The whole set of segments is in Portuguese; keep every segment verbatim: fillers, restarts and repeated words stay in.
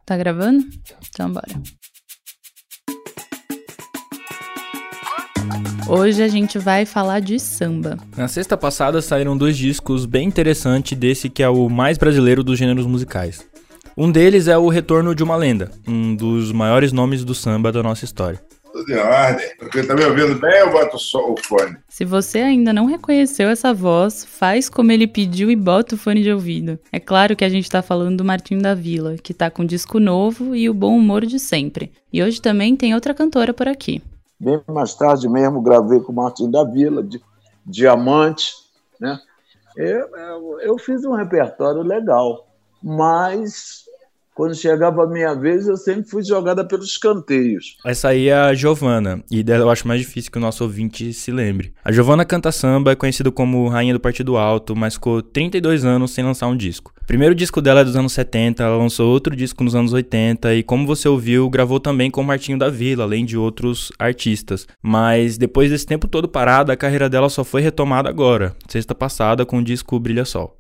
Tá gravando? Então bora. Hoje a gente vai falar de samba. Na sexta passada saíram dois discos bem interessantes desse que é o mais brasileiro dos gêneros musicais. Um deles é o Retorno de uma Lenda, um dos maiores nomes do samba da nossa história. Tudo em ordem. Porque tá me ouvindo bem, eu boto só o fone. Se você ainda não reconheceu essa voz, faz como ele pediu e bota o fone de ouvido. É claro que a gente tá falando do Martinho da Vila, que tá com disco novo e o bom humor de sempre. E hoje também tem outra cantora por aqui. Bem mais tarde mesmo gravei com o Martinho da Vila, de Diamante, né? Eu, eu, eu fiz um repertório legal, mas quando chegava a minha vez, eu sempre fui jogada pelos escanteios. Essa aí é a Giovana, e dela eu acho mais difícil que o nosso ouvinte se lembre. A Giovana canta samba, é conhecida como Rainha do Partido Alto, mas ficou trinta e dois anos sem lançar um disco. O primeiro disco dela é dos anos setenta, ela lançou outro disco nos anos oitenta, e como você ouviu, gravou também com o Martinho da Vila, além de outros artistas. Mas depois desse tempo todo parado, a carreira dela só foi retomada agora, sexta passada, com o disco Brilha Sol.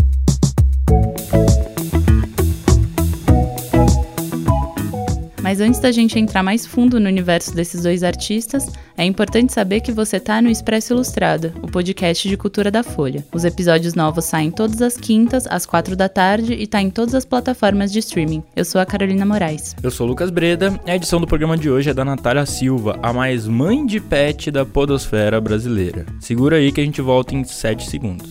Mas antes da gente entrar mais fundo no universo desses dois artistas, é importante saber que você tá no Expresso Ilustrada, o podcast de cultura da Folha. Os episódios novos saem todas as quintas, às quatro da tarde, e tá em todas as plataformas de streaming. Eu sou a Carolina Moraes. Eu sou o Lucas Breda, e a edição do programa de hoje é da Natália Silva, a mais mãe de pet da podosfera brasileira. Segura aí que a gente volta em sete segundos.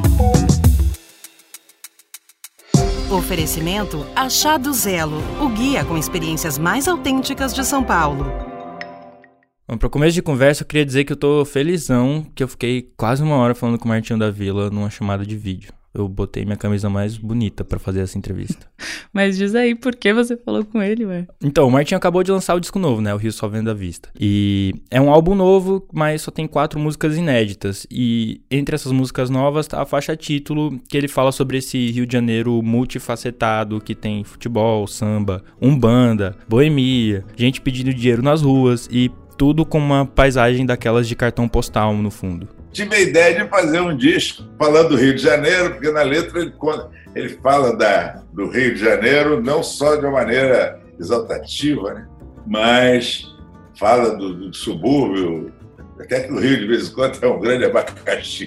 Oferecimento Achados Elo, o guia com experiências mais autênticas de São Paulo. Bom, para começo de conversa, eu queria dizer que eu tô felizão, que eu fiquei quase uma hora falando com o Martinho da Vila numa chamada de vídeo. Eu botei minha camisa mais bonita pra fazer essa entrevista. Mas diz aí, por que você falou com ele, ué? Então, o Martinho acabou de lançar o disco novo, né? O Rio Só Vendo à Vista. E é um álbum novo, mas só tem quatro músicas inéditas. E entre essas músicas novas tá a faixa título, que ele fala sobre esse Rio de Janeiro multifacetado, que tem futebol, samba, umbanda, boemia, gente pedindo dinheiro nas ruas e tudo com uma paisagem daquelas de cartão postal no fundo. Tive a ideia de fazer um disco falando do Rio de Janeiro, porque na letra ele, ele fala da, do Rio de Janeiro não só de uma maneira exaltativa, né? Mas fala do, do subúrbio, até que o Rio de vez em quando é um grande abacaxi.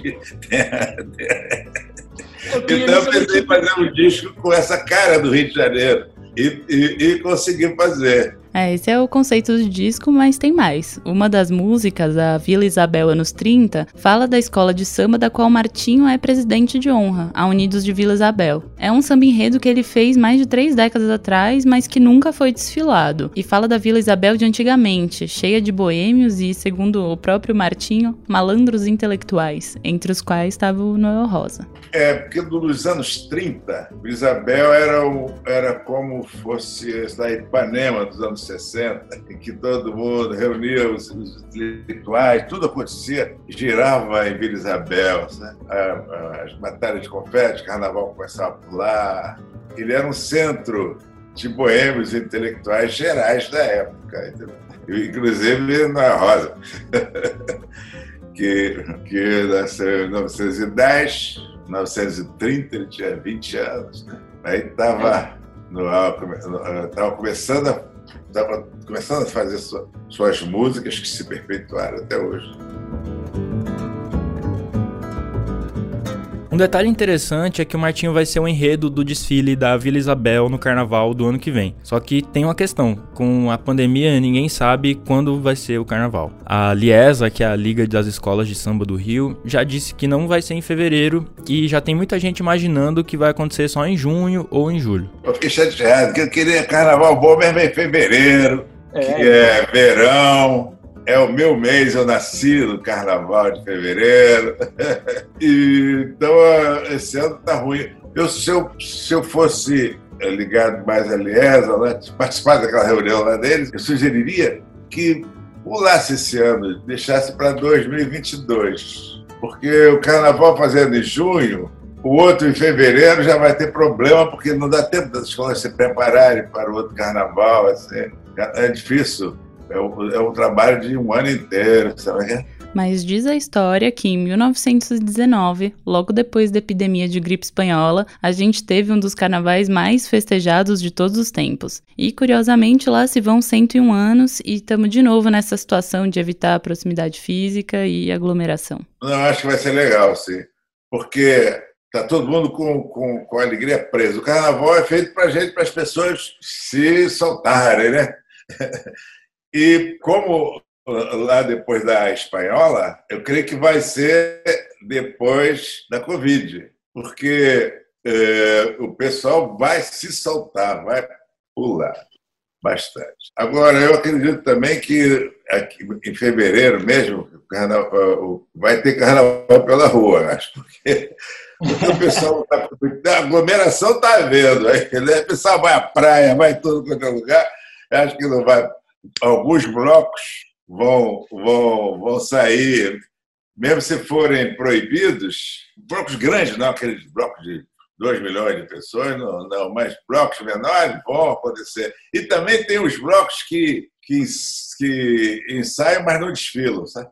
Então eu pensei em fazer um disco com essa cara do Rio de Janeiro e, e, e consegui fazer. É, esse é o conceito do disco, mas tem mais. Uma das músicas, a Vila Isabel anos trinta, fala da escola de samba da qual Martinho é presidente de honra, a Unidos de Vila Isabel. É um samba enredo que ele fez mais de três décadas atrás, mas que nunca foi desfilado. E fala da Vila Isabel de antigamente, cheia de boêmios e, segundo o próprio Martinho, malandros intelectuais, entre os quais estava o Noel Rosa. É, porque nos anos trinta, Vila Isabel era, o, era como fosse a Ipanema dos anos sessenta, em que todo mundo reunia os, os intelectuais, tudo acontecia, girava em Vila Isabel, né? As batalhas de confete, o carnaval começava a pular. Ele era um centro de boêmios intelectuais gerais da época, entendeu? Inclusive na Rosa, que, que nasceu em mil novecentos e dez, mil novecentos e trinta, ele tinha vinte anos, né? Aí estava começando a Estava começando a fazer sua, suas músicas que se perpetuaram até hoje. Um detalhe interessante é que o Martinho vai ser o enredo do desfile da Vila Isabel no carnaval do ano que vem. Só que tem uma questão, com a pandemia ninguém sabe quando vai ser o carnaval. A Liesa, que é a Liga das Escolas de Samba do Rio, já disse que não vai ser em fevereiro e já tem muita gente imaginando que vai acontecer só em junho ou em julho. Eu fiquei chateado, porque eu queria carnaval bom mesmo em fevereiro, é. que é verão. É o meu mês, eu nasci no carnaval de fevereiro. E, então, esse ano tá ruim. Eu, se, eu, se eu fosse ligado mais à Liesa, né, participar daquela reunião lá deles, eu sugeriria que pulasse esse ano, deixasse para dois mil e vinte e dois. Porque o carnaval fazendo em junho, o outro em fevereiro já vai ter problema, porque não dá tempo das escolas se prepararem para o outro carnaval. Assim. É difícil. É um, é um trabalho de um ano inteiro, sabe? Mas diz a história que em mil novecentos e dezenove, logo depois da epidemia de gripe espanhola, a gente teve um dos carnavais mais festejados de todos os tempos. E, curiosamente, lá se vão cento e um anos e estamos de novo nessa situação de evitar a proximidade física e aglomeração. Não, acho que vai ser legal, sim. Porque está todo mundo com, com, com a alegria presa. O carnaval é feito para a gente, para as pessoas se soltarem, né? E como lá depois da espanhola, eu creio que vai ser depois da Covid, porque é, o pessoal vai se soltar, vai pular bastante. Agora, eu acredito também que aqui, em fevereiro mesmo, o carnaval, vai ter carnaval pela rua, acho, porque, porque o pessoal tá, a aglomeração está havendo, aí, né? O pessoal vai à praia, vai em todo quanto é lugar, acho que não vai. Alguns blocos vão, vão, vão sair, mesmo se forem proibidos, blocos grandes, não aqueles blocos de dois milhões de pessoas, não, não, mas blocos menores vão acontecer. E também tem os blocos que, que, que ensaiam, mas não desfilam, sabe?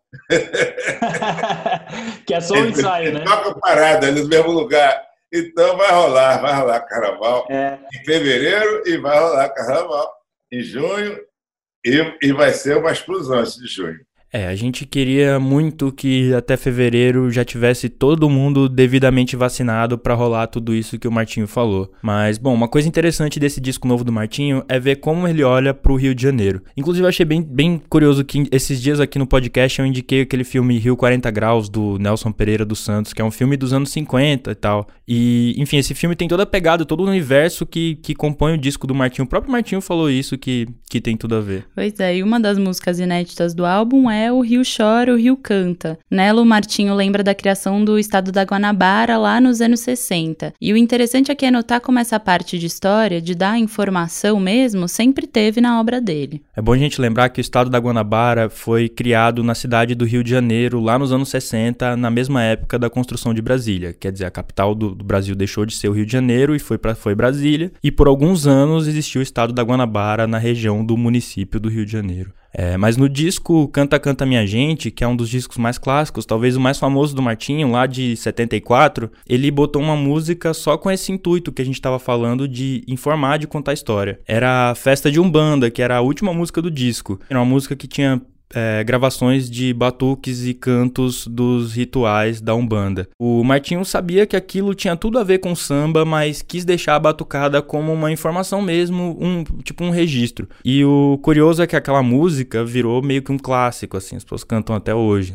Que é só um ensaio, né? Toca parada ali no mesmo lugar. Então vai rolar, vai rolar carnaval é. em fevereiro e vai rolar carnaval em junho. E, e vai ser uma explosão esse de junho. É, a gente queria muito que até fevereiro já tivesse todo mundo devidamente vacinado pra rolar tudo isso que o Martinho falou. Mas, bom, uma coisa interessante desse disco novo do Martinho é ver como ele olha pro Rio de Janeiro. Inclusive, eu achei bem, bem curioso que esses dias aqui no podcast eu indiquei aquele filme Rio quarenta graus, do Nelson Pereira dos Santos, que é um filme dos anos cinquenta e tal. E, enfim, esse filme tem toda a pegada, todo o universo que, que compõe o disco do Martinho. O próprio Martinho falou isso, que, que tem tudo a ver. Pois é, e uma das músicas inéditas do álbum é O Rio Chora, o Rio Canta. Nela, o Martinho lembra da criação do estado da Guanabara lá nos anos sessenta. E o interessante aqui é notar como essa parte de história, de dar informação mesmo, sempre teve na obra dele. É bom a gente lembrar que o estado da Guanabara foi criado na cidade do Rio de Janeiro, lá nos anos sessenta, na mesma época da construção de Brasília. Quer dizer, a capital do, do Brasil deixou de ser o Rio de Janeiro e foi para foi Brasília. E por alguns anos existiu o estado da Guanabara na região do município do Rio de Janeiro. É, mas no disco Canta, Canta Minha Gente, que é um dos discos mais clássicos, talvez o mais famoso do Martinho, lá de setenta e quatro, ele botou uma música só com esse intuito que a gente estava falando de informar, de contar a história. Era a Festa de Umbanda, que era a última música do disco. Era uma música que tinha É, gravações de batuques e cantos dos rituais da Umbanda. O Martinho sabia que aquilo tinha tudo a ver com samba, mas quis deixar a batucada como uma informação mesmo, um, tipo um registro. E o curioso é que aquela música virou meio que um clássico, assim, as pessoas cantam até hoje.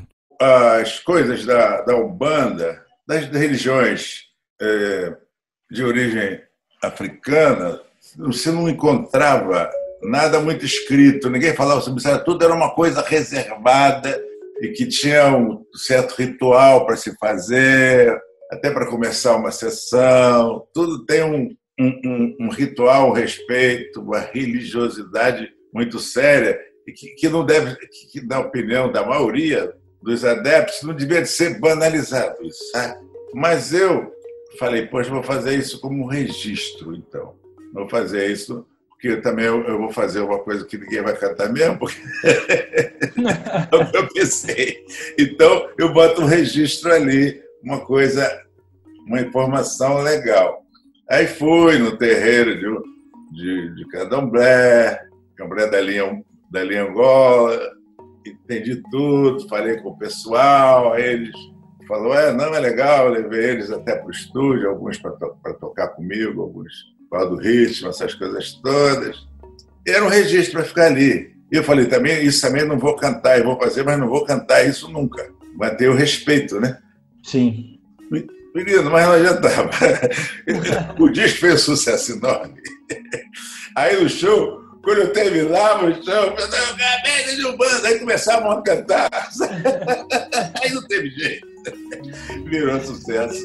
As coisas da, da Umbanda, das religiões é, de origem africana, você não encontrava nada muito escrito, ninguém falava sobre isso, tudo era uma coisa reservada e que tinha um certo ritual para se fazer, até para começar uma sessão, tudo tem um, um, um ritual, um respeito, uma religiosidade muito séria e que, que não deve, que, na opinião da maioria dos adeptos, não devia ser banalizado isso, sabe? Mas eu falei, poxa, vou fazer isso como um registro, então. Vou fazer isso porque também eu, eu vou fazer uma coisa que ninguém vai cantar mesmo, porque é o que eu pensei. Então, eu boto um registro ali, uma coisa, uma informação legal. Aí fui no terreiro de, de, de Candomblé, Candomblé da linha, da linha Angola, entendi tudo, falei com o pessoal, aí eles falaram, é, não, é legal, levei eles até para o estúdio, alguns para to- para tocar comigo, alguns do ritmo, essas coisas todas. Era um registro para ficar ali. E eu falei, também, isso também não vou cantar, eu vou fazer, mas não vou cantar isso nunca. Vai ter o respeito, né? Sim. Menino, mas não adiantava. O disco fez um sucesso enorme. Aí no show, quando eu terminava o show, eu falei, eu acabei de Umbanda, aí começavam a cantar. Aí não teve jeito. Virou sucesso.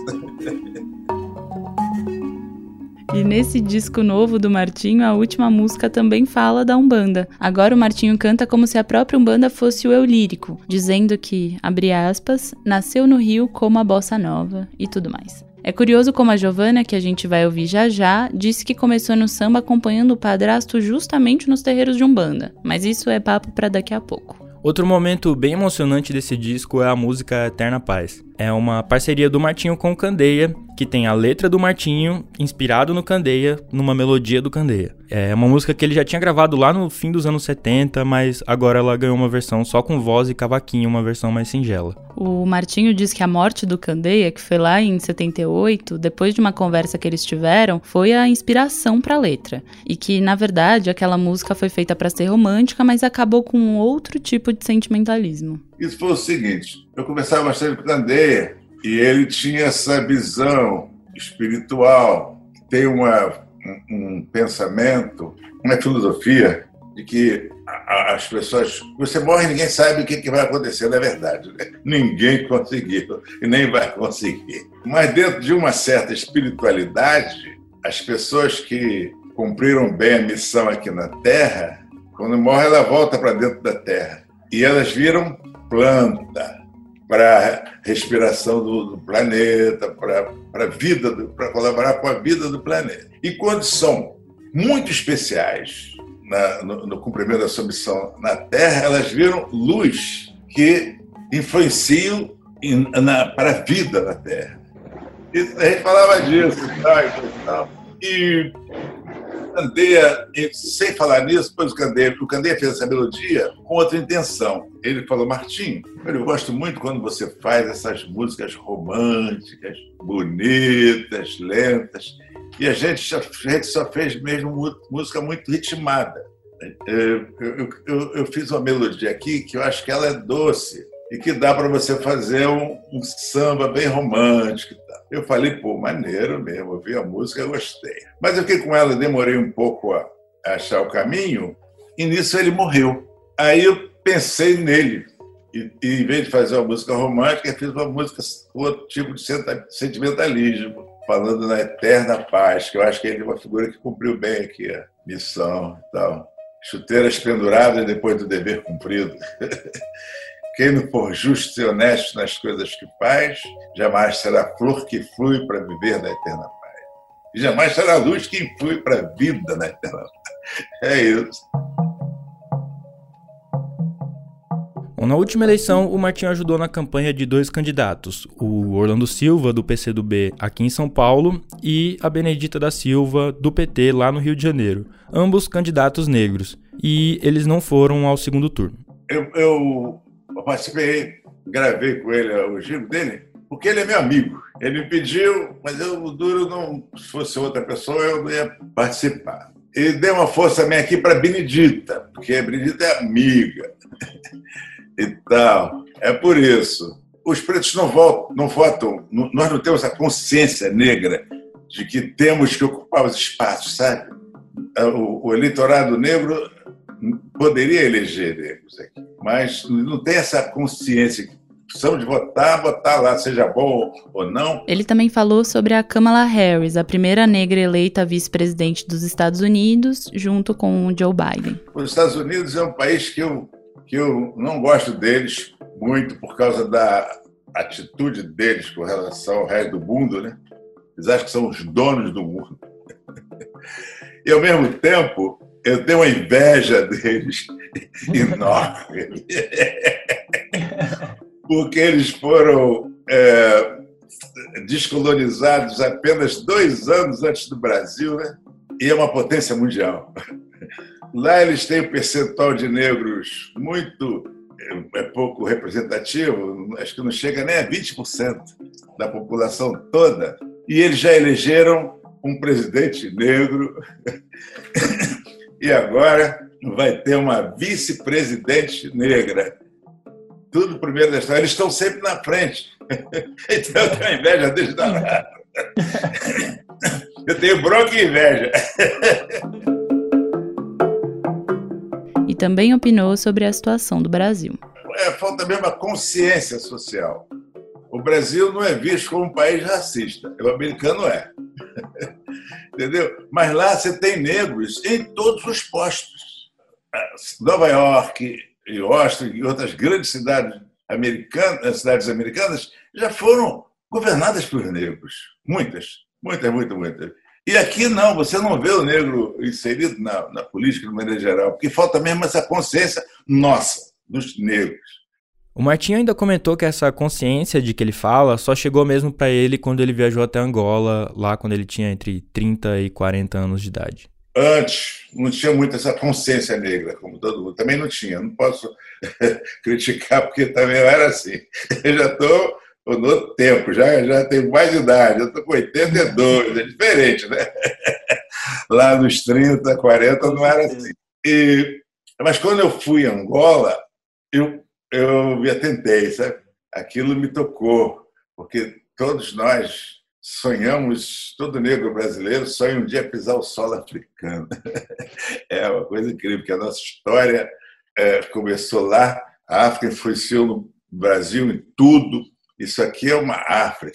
E nesse disco novo do Martinho, a última música também fala da Umbanda. Agora o Martinho canta como se a própria Umbanda fosse o eu lírico, dizendo que, abre aspas, nasceu no Rio como a bossa nova e tudo mais. É curioso como a Giovana, que a gente vai ouvir já já, disse que começou no samba acompanhando o padrasto justamente nos terreiros de Umbanda, mas isso é papo pra daqui a pouco. Outro momento bem emocionante desse disco é a música Eterna Paz. É uma parceria do Martinho com o Candeia, que tem a letra do Martinho, inspirado no Candeia, numa melodia do Candeia. É uma música que ele já tinha gravado lá no fim dos anos setenta, mas agora ela ganhou uma versão só com voz e cavaquinho, uma versão mais singela. O Martinho diz que a morte do Candeia, que foi lá em setenta e oito, depois de uma conversa que eles tiveram, foi a inspiração para a letra. E que, na verdade, aquela música foi feita para ser romântica, mas acabou com um outro tipo de sentimentalismo. Isso foi o seguinte, eu conversava bastante com o Candeia e ele tinha essa visão espiritual, tem uma, um, um pensamento, uma filosofia de que a, as pessoas... Você morre e ninguém sabe o que, que vai acontecer, não é verdade, né? Ninguém conseguiu e nem vai conseguir. Mas dentro de uma certa espiritualidade, as pessoas que cumpriram bem a missão aqui na Terra, quando morre ela volta para dentro da Terra. E elas viram planta para a respiração do, do planeta, para a vida, para colaborar com a vida do planeta. E quando são muito especiais na, no, no cumprimento da sua missão na Terra, elas viram luz que influenciam in, na, para a vida na Terra. E a gente falava disso e tal, e tal. E o Candeia, sem falar nisso, depois o Candeia, o Candeia fez essa melodia com outra intenção. Ele falou, Martinho, eu gosto muito quando você faz essas músicas românticas, bonitas, lentas, e a gente, já, a gente só fez mesmo música muito ritmada. Eu, eu, eu, eu fiz uma melodia aqui que eu acho que ela é doce e que dá para você fazer um, um samba bem romântico. Eu falei, pô, maneiro mesmo, eu vi a música e gostei. Mas eu fiquei com ela, demorei um pouco a achar o caminho, e nisso ele morreu. Aí eu pensei nele, e, e em vez de fazer uma música romântica, eu fiz uma música com outro tipo de sentimentalismo, falando na eterna paz, que eu acho que ele é uma figura que cumpriu bem aqui a missão e tal. Chuteiras penduradas depois do dever cumprido. Quem não for justo e honesto nas coisas que faz, jamais será flor que flui para viver na eterna paz. E jamais será luz que influi para a vida na eterna paz. É isso. Na última eleição, o Martinho ajudou na campanha de dois candidatos, o Orlando Silva, do P C do B, aqui em São Paulo, e a Benedita da Silva, do P T, lá no Rio de Janeiro. Ambos candidatos negros. E eles não foram ao segundo turno. Eu... eu... Eu participei, gravei com ele o giro dele, porque ele é meu amigo. Ele me pediu, mas eu, o duro, não, se fosse outra pessoa, eu não ia participar. E dei uma força minha aqui para a Benedita, porque a Benedita é amiga e tal. É por isso. Os pretos não votam, não votam, nós não temos a consciência negra de que temos que ocupar os espaços, sabe? O, o eleitorado negro poderia eleger negros aqui, mas não tem essa consciência que precisamos de votar, votar lá, seja bom ou não. Ele também falou sobre a Kamala Harris, a primeira negra eleita vice-presidente dos Estados Unidos, junto com o Joe Biden. Os Estados Unidos é um país que eu, que eu não gosto deles muito por causa da atitude deles com relação ao resto do mundo, né? Eles acham que são os donos do mundo. E, ao mesmo tempo, eu tenho uma inveja deles enorme. Porque eles foram é, descolonizados apenas dois anos antes do Brasil, né? E é uma potência mundial. Lá eles têm um percentual de negros muito é pouco representativo, acho que não chega nem a vinte por cento da população toda, e eles já elegeram um presidente negro. E agora vai ter uma vice-presidente negra. Tudo primeiro da história. Eles estão sempre na frente. Então eu tenho inveja deles danado. Eu tenho bronca e inveja. E também opinou sobre a situação do Brasil. É, falta mesmo a consciência social. O Brasil não é visto como um país racista. O americano é. Entendeu? Mas lá você tem negros em todos os postos. Nova York e Washington e outras grandes cidades americanas, cidades americanas já foram governadas por negros. Muitas, muitas, muitas, muitas. E aqui não, você não vê o negro inserido na, na política de maneira geral, porque falta mesmo essa consciência nossa, dos negros. O Martinho ainda comentou que essa consciência de que ele fala só chegou mesmo para ele quando ele viajou até Angola, lá quando ele tinha entre trinta e quarenta anos de idade. Antes, não tinha muito essa consciência negra, como todo mundo. Também não tinha, não posso criticar, porque também eu era assim. Eu já estou no outro tempo, já, já tenho mais idade, eu estou com oitenta e dois, é diferente, né? Lá nos trinta, quarenta não era assim. E, mas quando eu fui a Angola, eu, eu me atentei, sabe? Aquilo me tocou, porque todos nós sonhamos, todo negro brasileiro sonha um dia pisar o solo africano. É uma coisa incrível, porque a nossa história é, começou lá, a África influenciou no Brasil em tudo, isso aqui é uma África.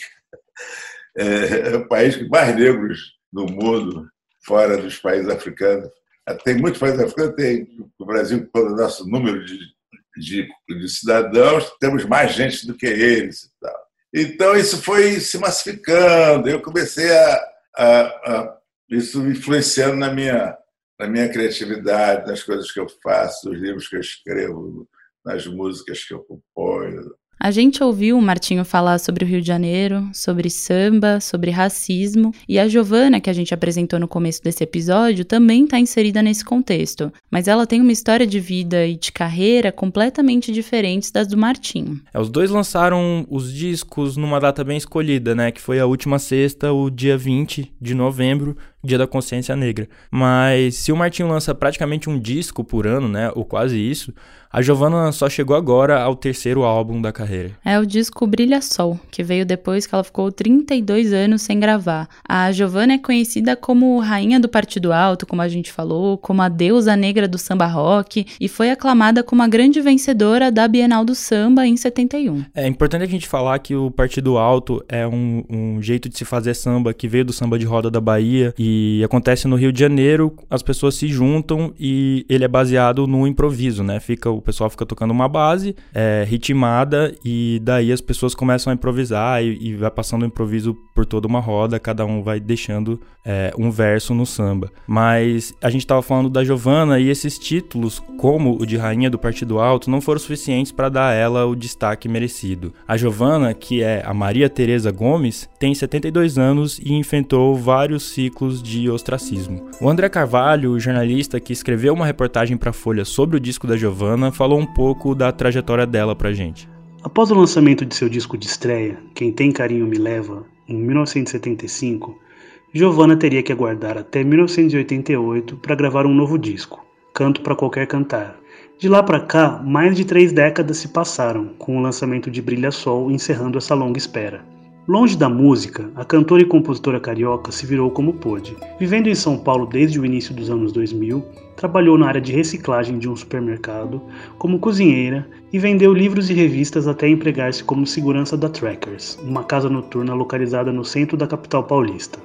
É, é o país com mais negros no mundo, fora dos países africanos. Tem muitos países africanos, tem o Brasil, pelo nosso número de, de, de cidadãos, temos mais gente do que eles e tal. Então, isso foi se massificando. Eu comecei a, a, a isso influenciando na minha, na minha criatividade, nas coisas que eu faço, nos livros que eu escrevo, nas músicas que eu componho. A gente ouviu o Martinho falar sobre o Rio de Janeiro, sobre samba, sobre racismo, e a Giovana, que a gente apresentou no começo desse episódio, também está inserida nesse contexto, mas ela tem uma história de vida e de carreira completamente diferentes das do Martinho. É, os dois lançaram os discos numa data bem escolhida, né, que foi a última sexta, o dia vinte de novembro, Dia da Consciência Negra. Mas se o Martinho lança praticamente um disco por ano, né, ou quase isso, a Giovana só chegou agora ao terceiro álbum da carreira. É o disco Brilha Sol, que veio depois que ela ficou trinta e dois anos sem gravar. A Giovana é conhecida como rainha do Partido Alto, como a gente falou, como a deusa negra do samba rock, e foi aclamada como a grande vencedora da Bienal do Samba em setenta e um. É importante a gente falar que o Partido Alto é um, um jeito de se fazer samba que veio do samba de roda da Bahia e acontece no Rio de Janeiro, as pessoas se juntam e ele é baseado no improviso, né? Fica, o pessoal fica tocando uma base é, ritmada e daí as pessoas começam a improvisar e, e vai passando o improviso por toda uma roda, cada um vai deixando é, um verso no samba. Mas a gente estava falando da Giovana e esses títulos, como o de Rainha do Partido Alto, não foram suficientes para dar a ela o destaque merecido. A Giovana, que é a Maria Tereza Gomes, tem setenta e dois anos e enfrentou vários ciclos de ostracismo. O André Carvalho, o jornalista que escreveu uma reportagem para a Folha sobre o disco da Giovana, falou um pouco da trajetória dela pra gente. Após o lançamento de seu disco de estreia, Quem Tem Carinho Me Leva, em mil novecentos e setenta e cinco, Giovana teria que aguardar até mil novecentos e oitenta e oito para gravar um novo disco, Canto Pra Qualquer Cantar. De lá para cá, mais de três décadas se passaram, com o lançamento de Brilha Sol encerrando essa longa espera. Longe da música, a cantora e compositora carioca se virou como pôde. Vivendo em São Paulo desde o início dos anos dois mil, trabalhou na área de reciclagem de um supermercado, como cozinheira e vendeu livros e revistas até empregar-se como segurança da Trackers, uma casa noturna localizada no centro da capital paulista.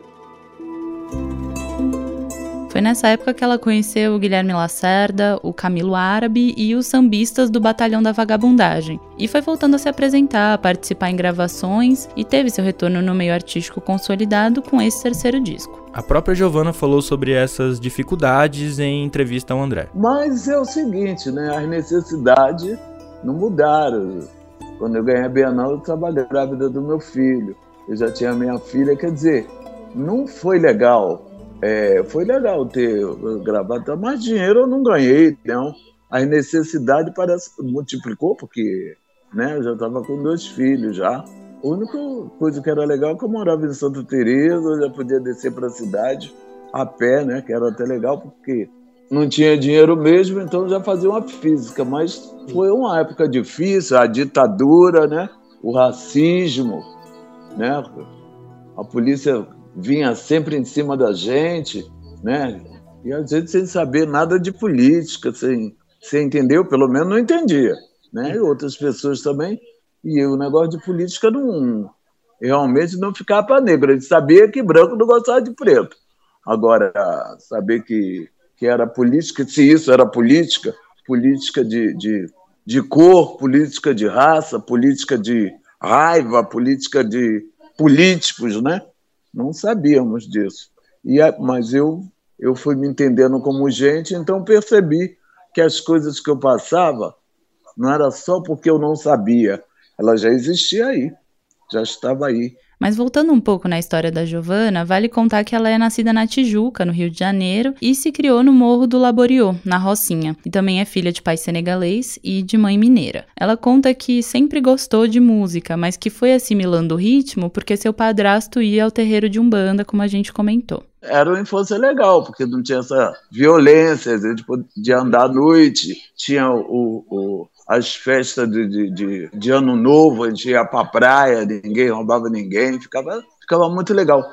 Foi nessa época que ela conheceu o Guilherme Lacerda, o Camilo Árabe e os sambistas do Batalhão da Vagabundagem. E foi voltando a se apresentar, a participar em gravações e teve seu retorno no meio artístico consolidado com esse terceiro disco. A própria Giovana falou sobre essas dificuldades em entrevista ao André. Mas é o seguinte, né? As necessidades não mudaram. Quando eu ganhei a Bienal, eu estava grávida do meu filho. Eu já tinha minha filha, quer dizer, não foi legal. É, foi legal ter gravado, mas dinheiro eu não ganhei, não. A necessidade parece que multiplicou, porque né, eu já estava com dois filhos já. A única coisa que era legal é que eu morava em Santa Teresa, eu já podia descer para a cidade a pé, né, que era até legal, porque não tinha dinheiro mesmo, então já fazia uma física. Mas foi uma época difícil, a ditadura, né, o racismo, né, a polícia vinha sempre em cima da gente, né? E a gente sem saber nada de política, sem, sem entender, eu pelo menos não entendia, né? E outras pessoas também. E o negócio de política não, realmente não ficava para negro. A gente sabia que branco não gostava de preto. Agora, saber que, que era política, se isso era política, política de, de, de cor, política de raça, política de raiva, política de políticos, né? Não sabíamos disso. E, mas eu, eu fui me entendendo como gente, então percebi que as coisas que eu passava Não era só porque eu não sabia. Ela já existia aí, já estava aí. Mas voltando um pouco na história da Giovana, vale contar que ela é nascida na Tijuca, no Rio de Janeiro, e se criou no Morro do Laboriô, na Rocinha. E também é filha de pai senegalês e de mãe mineira. Ela conta que sempre gostou de música, mas que foi assimilando o ritmo porque seu padrasto ia ao terreiro de Umbanda, como a gente comentou. Era uma infância legal, porque não tinha essa violência, a gente podia andar à noite, tinha o... o... as festas de, de, de, de Ano Novo, a gente ia para a praia, ninguém roubava ninguém, ficava, ficava muito legal.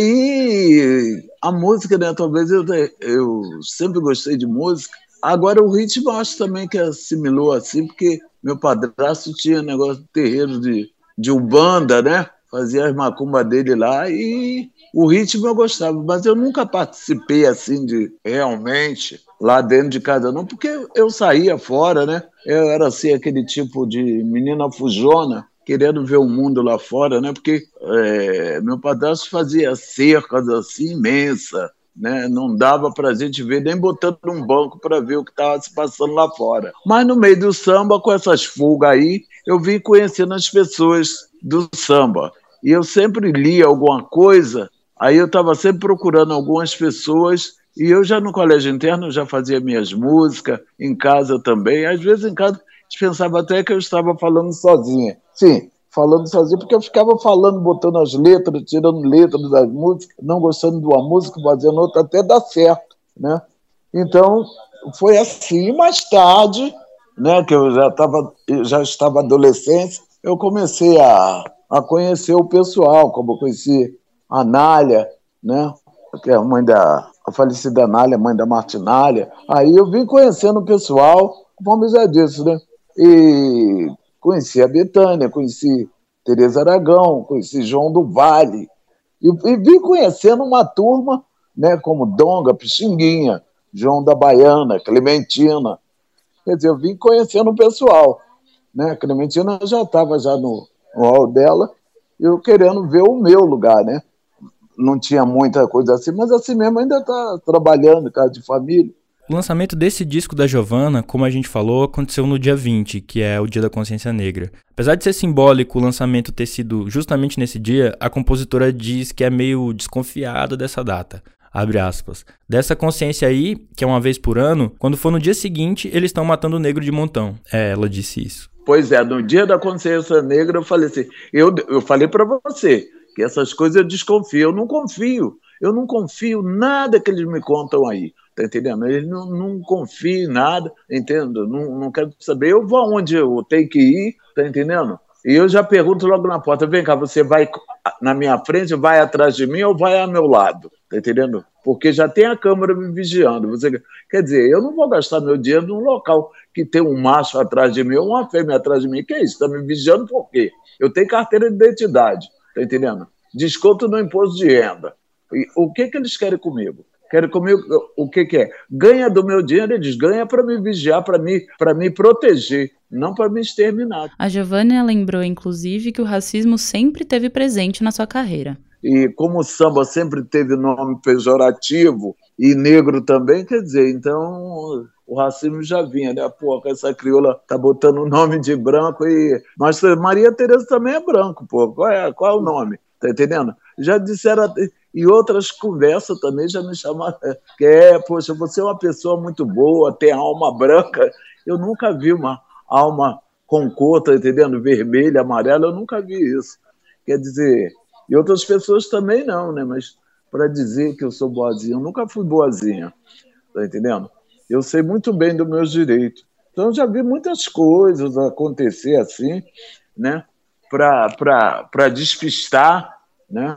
E a música, né, talvez eu, eu sempre gostei de música. Agora o ritmo eu acho também que assimilou assim, porque meu padrasto tinha negócio de terreiro de, de Umbanda, né? Fazia as macumbas dele lá e o ritmo eu gostava, mas eu nunca participei assim de realmente lá dentro de casa não, porque eu saía fora, né? Eu era assim aquele tipo de menina fujona, querendo ver o mundo lá fora, né? Porque é, meu padrasto fazia cercas assim imensas, né? Não dava para a gente ver nem botando num banco para ver o que estava se passando lá fora. Mas no meio do samba, com essas fugas aí, eu vim conhecendo as pessoas do samba. E eu sempre lia alguma coisa, aí eu estava sempre procurando algumas pessoas, e eu já no colégio interno já fazia minhas músicas, em casa também. Às vezes em casa a gente pensava até que eu estava falando sozinha. Sim, falando sozinha, porque eu ficava falando, botando as letras, tirando letras das músicas, não gostando de uma música, fazendo outra, até dar certo, né? Então, foi assim. E mais tarde, né, que eu já, tava, eu já estava adolescente, eu comecei a... a conhecer o pessoal, como eu conheci a Nália, né? Que é a mãe da a falecida Nália, mãe da Martinália. Aí eu vim conhecendo o pessoal, como já disse, né? E conheci a Betânia, conheci Tereza Aragão, conheci João do Vale. E, e vim conhecendo uma turma, né? Como Donga, Pixinguinha, João da Baiana, Clementina. Quer dizer, eu vim conhecendo o pessoal, né? A Clementina já estava já no no hall dela, eu querendo ver o meu lugar, né? Não tinha muita coisa assim, mas assim mesmo ainda está trabalhando, casa de família. O lançamento desse disco da Giovana, como a gente falou, aconteceu no dia vinte, que é o Dia da Consciência Negra. Apesar de ser simbólico o lançamento ter sido justamente nesse dia, a compositora diz que é meio desconfiada dessa data. Abre aspas. Dessa consciência aí, que é uma vez por ano, quando for no dia seguinte, eles estão matando o negro de montão. É, ela disse isso. Pois é, no Dia da Consciência Negra eu falei assim, eu, eu falei para você que essas coisas eu desconfio, eu não confio, eu não confio nada que eles me contam aí, tá entendendo? Eles não, não confio em nada, entendo? Não, não quero saber, eu vou aonde eu tenho que ir, tá entendendo? E eu já pergunto logo na porta, vem cá, você vai na minha frente, vai atrás de mim ou vai ao meu lado, tá entendendo? Porque já tem a câmera me vigiando. Você, quer dizer, eu não vou gastar meu dinheiro num local que tem um macho atrás de mim ou uma fêmea atrás de mim. Que é isso? Está me vigiando por quê? Eu tenho carteira de identidade, tá entendendo? Desconto no imposto de renda. E o que, que eles querem comigo? Querem comigo o que, que é? Ganha do meu dinheiro, eles ganham para me vigiar, para me, para me proteger, não para me exterminar. A Giovana lembrou, inclusive, que o racismo sempre esteve presente na sua carreira. E como o samba sempre teve nome pejorativo, e negro também, quer dizer, então o racismo já vinha, né? Pô, essa crioula tá botando o nome de branco e... Mas Maria Tereza também é branco, pô. Qual é, qual é o nome? Tá entendendo? Já disseram... E outras conversas também já me chamaram, que é, poxa, você é uma pessoa muito boa, tem alma branca. Eu nunca vi uma alma com cor, tá entendendo? Vermelha, amarela, eu nunca vi isso. Quer dizer, e outras pessoas também não, né? Mas para dizer que eu sou boazinha, eu nunca fui boazinha, tá entendendo? Eu sei muito bem dos meus direitos. Então, eu já vi muitas coisas acontecer assim, né? Para despistar, né?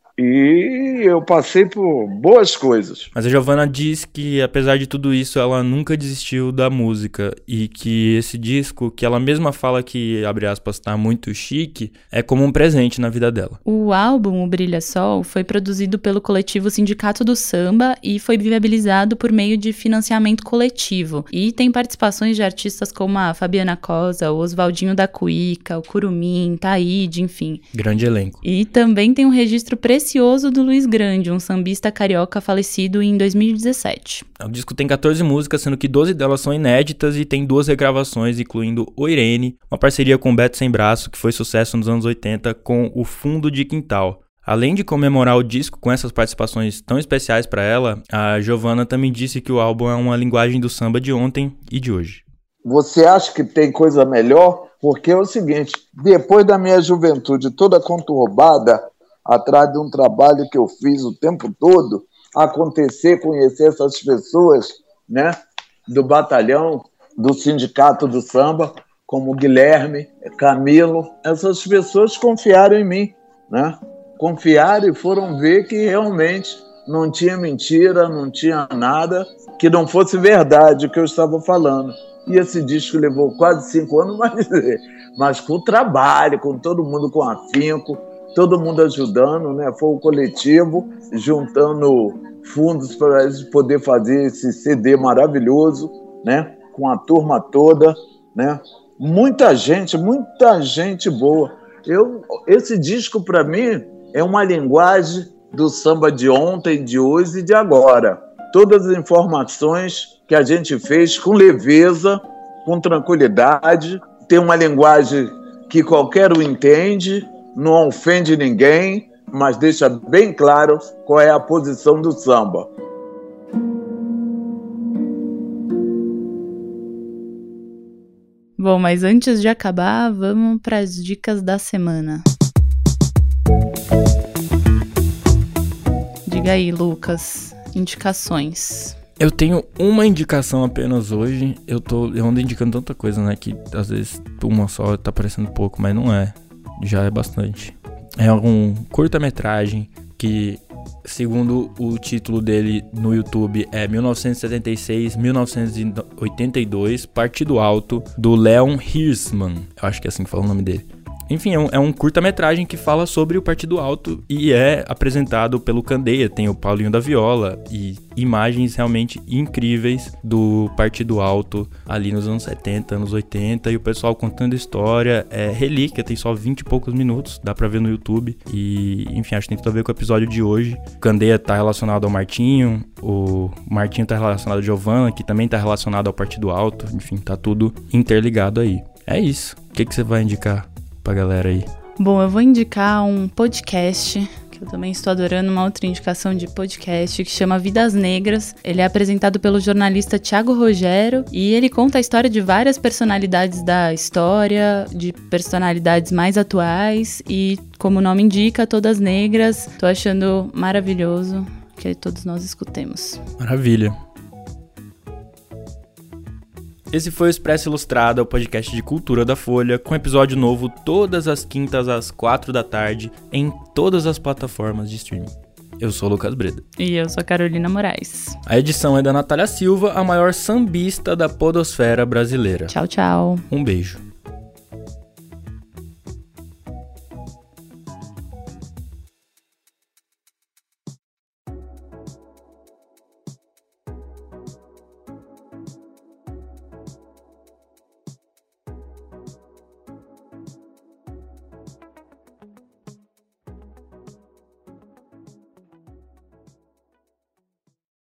E eu passei por boas coisas. Mas a Giovana diz que, apesar de tudo isso, ela nunca desistiu da música e que esse disco, que ela mesma fala que, abre aspas, tá muito chique, é como um presente na vida dela. O álbum O Brilha Sol foi produzido pelo coletivo Sindicato do Samba e foi viabilizado por meio de financiamento coletivo. E tem participações de artistas como a Fabiana Cosa, o Oswaldinho da Cuíca, o Curumim, Taíde, enfim. Grande elenco. E também tem um registro preciso Precioso do Luiz Grande, um sambista carioca falecido em dois mil e dezessete. O disco tem catorze músicas, sendo que doze delas são inéditas e tem duas regravações, incluindo O Irene, uma parceria com Beto Sem Braço, que foi sucesso nos anos oitenta, com O Fundo de Quintal. Além de comemorar o disco com essas participações tão especiais para ela, a Giovana também disse que o álbum é uma linguagem do samba de ontem e de hoje. Você acha que tem coisa melhor? Porque é o seguinte, depois da minha juventude toda conturbada, atrás de um trabalho que eu fiz o tempo todo, acontecer, conhecer essas pessoas, né, do batalhão, do sindicato do samba, como Guilherme, Camilo, essas pessoas confiaram em mim, né? Confiaram e foram ver que realmente não tinha mentira, não tinha nada, que não fosse verdade o que eu estava falando. E esse disco levou quase cinco anos, mas, mas com trabalho, com todo mundo com afinco, todo mundo ajudando, né? Foi um coletivo, juntando fundos para a gente poder fazer esse C D maravilhoso, né? Com a turma toda, né? Muita gente, muita gente boa. Eu, esse disco, para mim, é uma linguagem do samba de ontem, de hoje e de agora. Todas as informações que a gente fez com leveza, com tranquilidade, tem uma linguagem que qualquer um entende, não ofende ninguém, mas deixa bem claro qual é a posição do samba. Bom, mas antes de acabar, vamos para as dicas da semana. Diga aí, Lucas, indicações. Eu tenho uma indicação apenas hoje. Eu tô eu ando indicando tanta coisa, né? Que às vezes uma só tá parecendo pouco, mas não é. Já é bastante. É um curta-metragem que, segundo o título dele no YouTube, é mil novecentos e setenta e seis a mil novecentos e oitenta e dois, Partido Alto, do Leon Hirschman. Eu acho que é assim que fala o nome dele. Enfim, é um, é um curta-metragem que fala sobre o Partido Alto e é apresentado pelo Candeia, tem o Paulinho da Viola e imagens realmente incríveis do Partido Alto ali nos anos setenta, anos oitenta, e o pessoal contando história. É relíquia, tem só vinte e poucos minutos, dá pra ver no YouTube. E, enfim, acho que tem tudo a ver com o episódio de hoje. O Candeia tá relacionado ao Martinho, o Martinho tá relacionado ao Giovana, que também tá relacionado ao Partido Alto. Enfim, tá tudo interligado aí. É isso. O que, que você vai indicar pra galera aí? Bom, eu vou indicar um podcast, que eu também estou adorando, uma outra indicação de podcast, que chama Vidas Negras. Ele é apresentado pelo jornalista Thiago Rogério e ele conta a história de várias personalidades da história, de personalidades mais atuais e, como o nome indica, todas negras. Tô achando maravilhoso que todos nós escutemos. Maravilha. Esse foi o Expresso Ilustrado, o podcast de cultura da Folha, com episódio novo todas as quintas às quatro da tarde, em todas as plataformas de streaming. Eu sou o Lucas Breda. E eu sou a Carolina Moraes. A edição é da Natália Silva, a maior sambista da podosfera brasileira. Tchau, tchau. Um beijo.